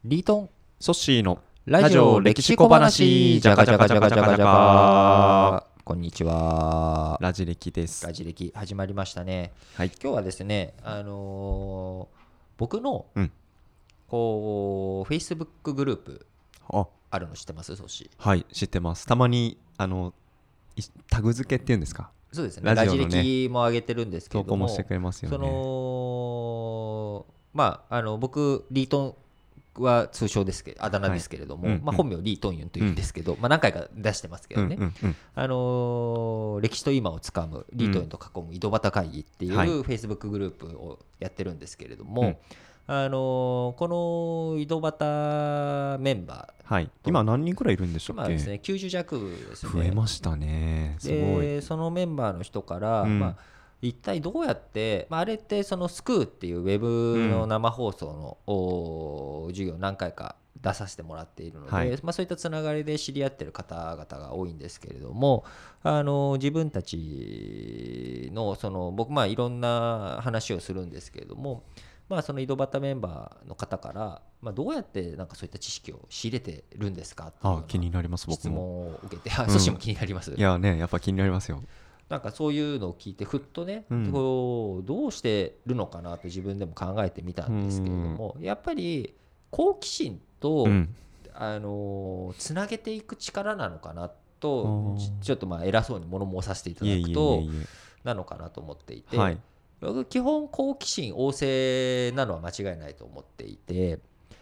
リートンソッシーのラジオ歴史小話じゃがじゃがじゃがじゃがじゃが。こんにちは。 ラジ歴です。 ラジ歴始まりましたね。 はい。 今日はですね、僕のうん。 こう Facebook グループあ、 あるの知ってます？ソシ。 はい、知ってます。たまにタグ付けっていうんですか。 そうですね。ラジラジオのね、 歴も上げてるんですけれ投稿もしてども、 くれますよそね。 の僕リートンは通称ですけど、あだ名ですけれども、 はい、 本名リー・トンユンというんですけど、何回か出してますけどね、歴史と今をつかむリー・トンユンと囲む井戸端会議っていうはい Facebook グループをやってるんですけれども、この井戸端メンバー、 はい。今何人くらいいるんでしたっけ？ 今ですね90弱ですね。 増えましたね。すごい。 でそのメンバーの人から、一体どうやって、あれってそのスクーっていうウェブの生放送の、授業何回か出させてもらっているので、 はいそういったつながりで知り合っている方々が多いんですけれども、自分たちの僕いろんな話をするんですけれども、その井戸端メンバーの方から、どうやってなんかそういった知識を仕入れてるんですかっていうような気になります。僕質も問を受けて、ソシも気になります。 いやね、やっぱ気になりますよ。 なんかそういうのを聞いてふっとね、こうどうしてるのかなって自分でも考えてみたんですけれども、やっぱり好奇心と、つなげていく力なのかなと、ちょっと偉そうに物申させていただくとなのかなと思っていて、 はい、 僕基本好奇心旺盛なのは間違いないと思っていて、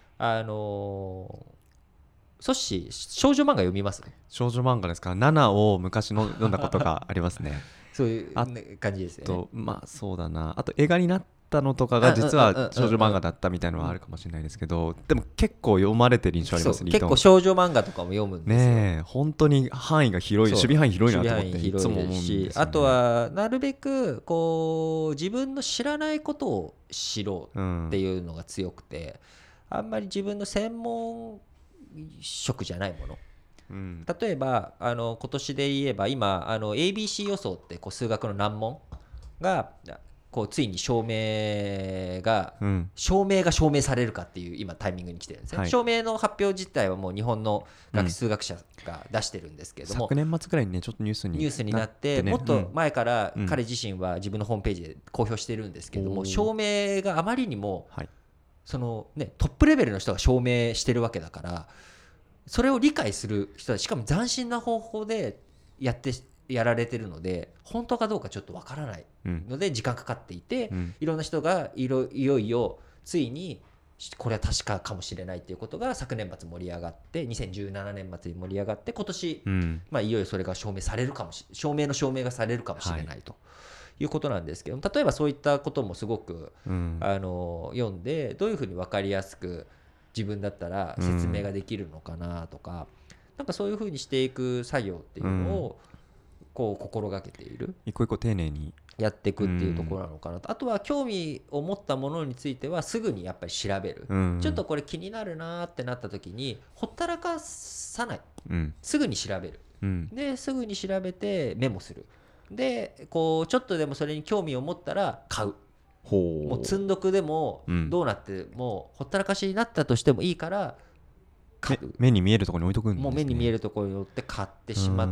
ソッシー少女漫画読みます？ 少女漫画ですか。7を昔の読んだことがありますね。 そういう感じですよね。 そうだな。あと映画になったのとかが実は少女漫画だったみたいなのはあるかもしれないですけど、でも結構読まれてる印象あります。 結構少女漫画とかも読むんですよね。本当に範囲が広い、守備範囲広いなと思っていつも思うんですよね。 あとはなるべくこう自分の知らないことを知ろうっていうのが強くて、あんまり自分の専門職じゃないもの、例えば今年で言えば今ABC 予想ってこう数学の難問がこうついに証明が証明されるかっていう今タイミングに来てるんですね、証明の発表自体はもう日本の数学者が出してるんですけれども、 昨年末くらいにねちょっとニュースになって、もっと前から彼自身は自分のホームページで公表してるんですけれども、証明があまりにもトップレベルの人が証明してるわけだから、それを理解する人はしかも斬新な方法でやられてるので、本当かどうかちょっとわからないので時間かかっていて、いろんな人がいよいよついにこれは確かかもしれないっていうことが昨年末盛り上がって、2017年末に盛り上がって、今年、いよいよそれが証明されるかも証明がされるかもしれないということなんですけど、例えばそういったこともすごく、読んでどういうふうに分かりやすく自分だったら説明ができるのかなとか、なんかそういうふうにしていく作業っていうのをこう心がけている、 一個一個丁寧にやっていくっていうところなのかなと。あとは興味を持ったものについてはすぐにやっぱり調べる、ちょっとこれ気になるなってなった時にほったらかさない、すぐに調べる、ですぐに調べてメモする、でこうちょっとでもそれに興味を持ったら買う、もう積んどくでもどうなってもほったらかしになったとしてもいいから買う、 目に見えるところに置いとくんですね。 もう目に見えるところに置いて買ってしまって、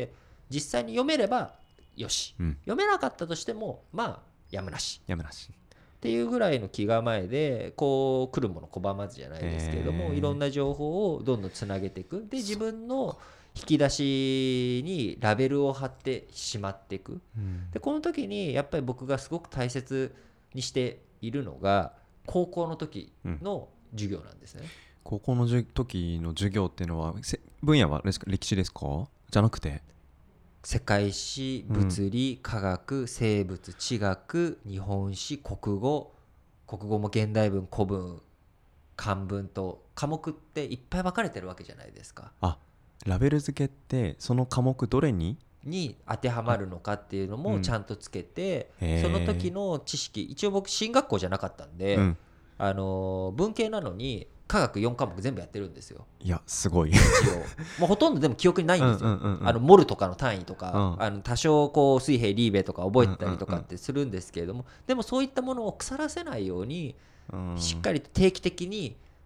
実際に読めればよし、読めなかったとしてもやむなしっていうぐらいの気構えでこう来るもの拒まずじゃないですけれども、いろんな情報をどんどんつなげていく、で自分の引き出しにラベルを貼ってしまっていく、でこの時にやっぱり僕がすごく大切にしているのが高校の時の授業なんですね。 高校の時の授業っていうのは分野は歴史ですか？じゃなくて世界史、物理、科学、生物、地学、日本史、国語も現代文、古文、漢文と科目っていっぱい分かれてるわけじゃないですか。 ラベル付けってその科目どれに当てはまるのかっていうのもちゃんとつけて、その時の知識、一応僕進学校じゃなかったんで、文系なのに科学4科目全部やってるんですよ。 いやすごいもうほとんどでも記憶にないんですよ。モルとかの単位とか、多少こう水平リーベとか覚えてたりとかってするんですけれども、でもそういったものを腐らせないように、しっかりと定期的に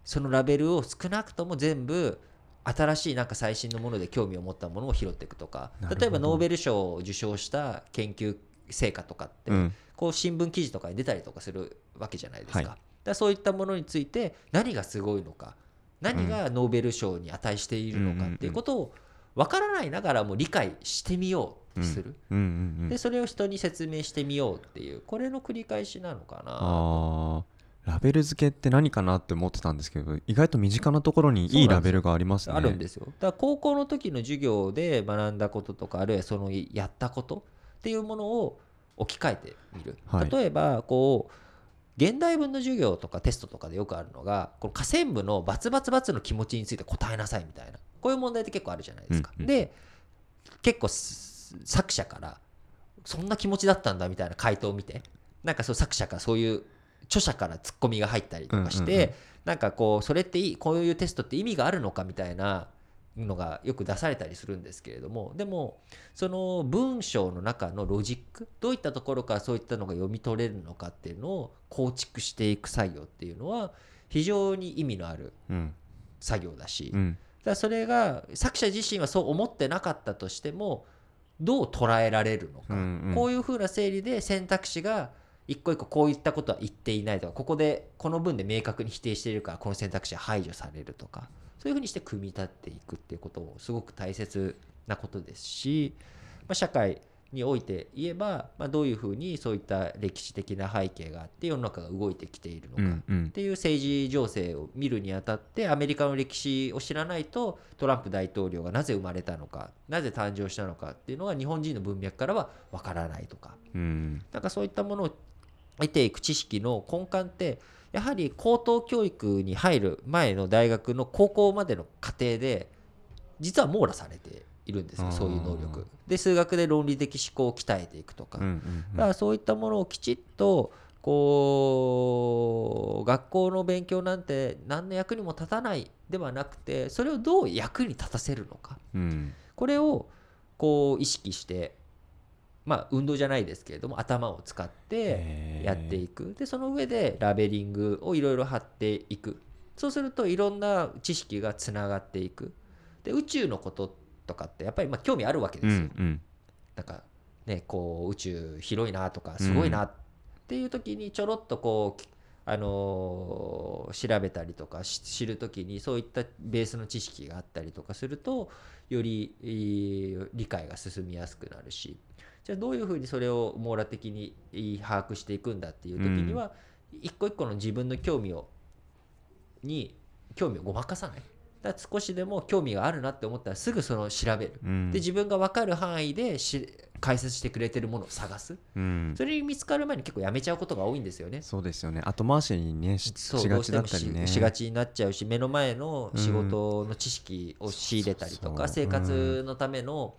そのラベルを少なくとも全部新しいなんか最新のもので興味を持ったものを拾っていくとか、例えばノーベル賞を受賞した研究成果とかって、こう新聞記事とかに出たりとかするわけじゃないですか。だからそういったものについて何がすごいのか、何がノーベル賞に値しているのかっていうことを分からないながらも理解してみようとする、でそれを人に説明してみようっていう、これの繰り返しなのかな。 ラベル付けって何かなって思ってたんですけど、意外と身近なところにいいラベルがありますね。 あるんですよ。だから高校の時の授業で学んだこととか、あるいはそのやったことっていうものを置き換えてみる、例えばこう現代文の授業とかテストとかでよくあるのが、この下線部のバツバツバツの気持ちについて答えなさいみたいな、こういう問題って結構あるじゃないですか。で結構作者からそんな気持ちだったんだみたいな回答を見て、なんかそう作者からそういう著者からツッコミが入ったりとかして、なんかこうそれってこういうテストって意味があるのかみたいなのがよく出されたりするんですけれども、でもその文章の中のロジック、どういったところからそういったのが読み取れるのかっていうのを構築していく作業っていうのは非常に意味のある作業だし、だからそれが作者自身はそう思ってなかったとしてもどう捉えられるのか、こういうふうな整理で選択肢が一個一個こういったことは言っていないとか、ここでこの文で明確に否定しているからこの選択肢は排除されるとか、そういうふうにして組み立っていくっていうことをすごく大切なことですし、社会において言えば、どういうふうにそういった歴史的な背景があって世の中が動いてきているのかっていう政治情勢を見るにあたって、アメリカの歴史を知らないとトランプ大統領がなぜ生まれたのか、なぜ誕生したのかっていうのが日本人の文脈からはわからないとか、なんかそういったものを得ていく知識の根幹ってやはり高等教育に入る前の大学の高校までの過程で実は網羅されているんですよ、そういう能力で。数学で論理的思考を鍛えていくとか、だからそういったものをきちっとこう学校の勉強なんて何の役にも立たないではなくて、それをどう役に立たせるのか、これをこう意識して、運動じゃないですけれども頭を使ってやっていく。でその上でラベリングをいろいろ貼っていく。そうするといろんな知識がつながっていく。で宇宙のこととかってやっぱり興味あるわけですよ、なんかね、こう宇宙広いなとかすごいなっていう時にちょろっとこう調べたりとか知る時にそういったベースの知識があったりとかするとより理解が進みやすくなるし、じゃあどういうふうにそれを網羅的に把握していくんだっていう時には、一個一個の自分の興味をごまかさない。だから少しでも興味があるなって思ったらすぐその調べる、で自分が分かる範囲で解説してくれてるものを探す、それに見つかる前に結構やめちゃうことが多いんですよね。 そうですよね。後回しにねしがちだったりね、 しがちになっちゃうし、目の前の仕事の知識を仕入れたりとか、生活のための、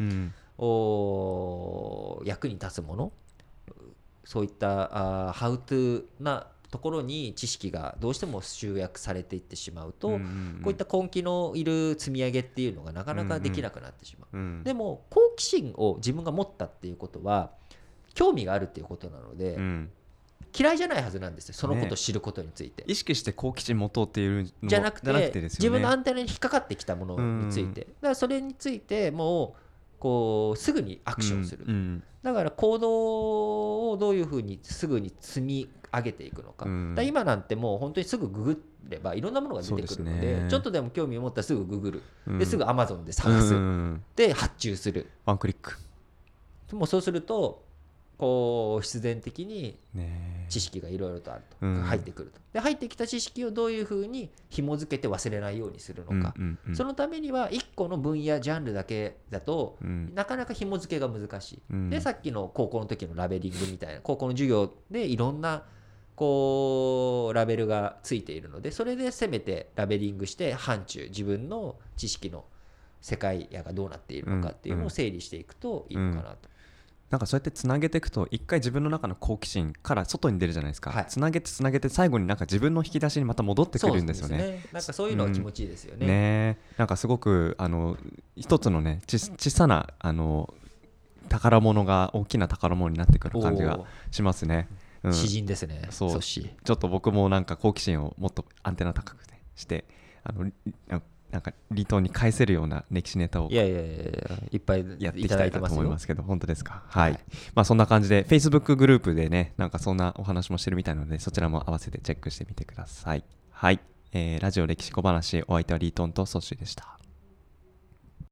役に立つもの、そういったハウトゥーなところに知識がどうしても集約されていってしまうと、こういった根気のいる積み上げっていうのがなかなかできなくなってしまう、でも好奇心を自分が持ったっていうことは興味があるっていうことなので、嫌いじゃないはずなんですよ、そのことを知ることについて、 意識して好奇心持とうっていうのじゃなくてですよね、 自分のアンテナに引っかかってきたものについて、だからそれについてもうこうすぐにアクションする、だから行動をどういうふうにすぐに積み上げていくのか、だ今なんてもう本当にすぐググればいろんなものが出てくるの で、ちょっとでも興味を持ったらすぐググる、ですぐ Amazon で探す、で発注する、 ワンクリック、 もうそうするとこう必然的に知識がいろいろとあると、入ってくると。で入ってきた知識をどういうふうに紐付けて忘れないようにするのか、そのためには1個の分野ジャンルだけだと、なかなか紐付けが難しい、でさっきの高校の時のラベリングみたいな、高校の授業でいろんなこうラベルがついているので、それでせめてラベリングして範疇、自分の知識の世界やがどうなっているのかっていうのを整理していくといいのかなと。 なんかそうやってつなげていくと、一回自分の中の好奇心から外に出るじゃないですか、つなげて最後になんか自分の引き出しにまた戻ってくるんですよね。 そうですね、なんかそういうのは気持ちいいですよね。 なんかすごく一つのね小さな宝物が大きな宝物になってくる感じがしますね。 詩人ですね。 そうちょっと僕もなんか好奇心をもっとアンテナ高くねしてなんか離島に返せるような歴史ネタをいっぱいやっていきたいなと思いますけど、本当ですか。はい、まあそんな感じで Facebook グループでね、なんかそんなお話もしてるみたいなので、そちらも合わせてチェックしてみてください。はい、ラジオ歴史小話、お相手はリートンとソッシーでした。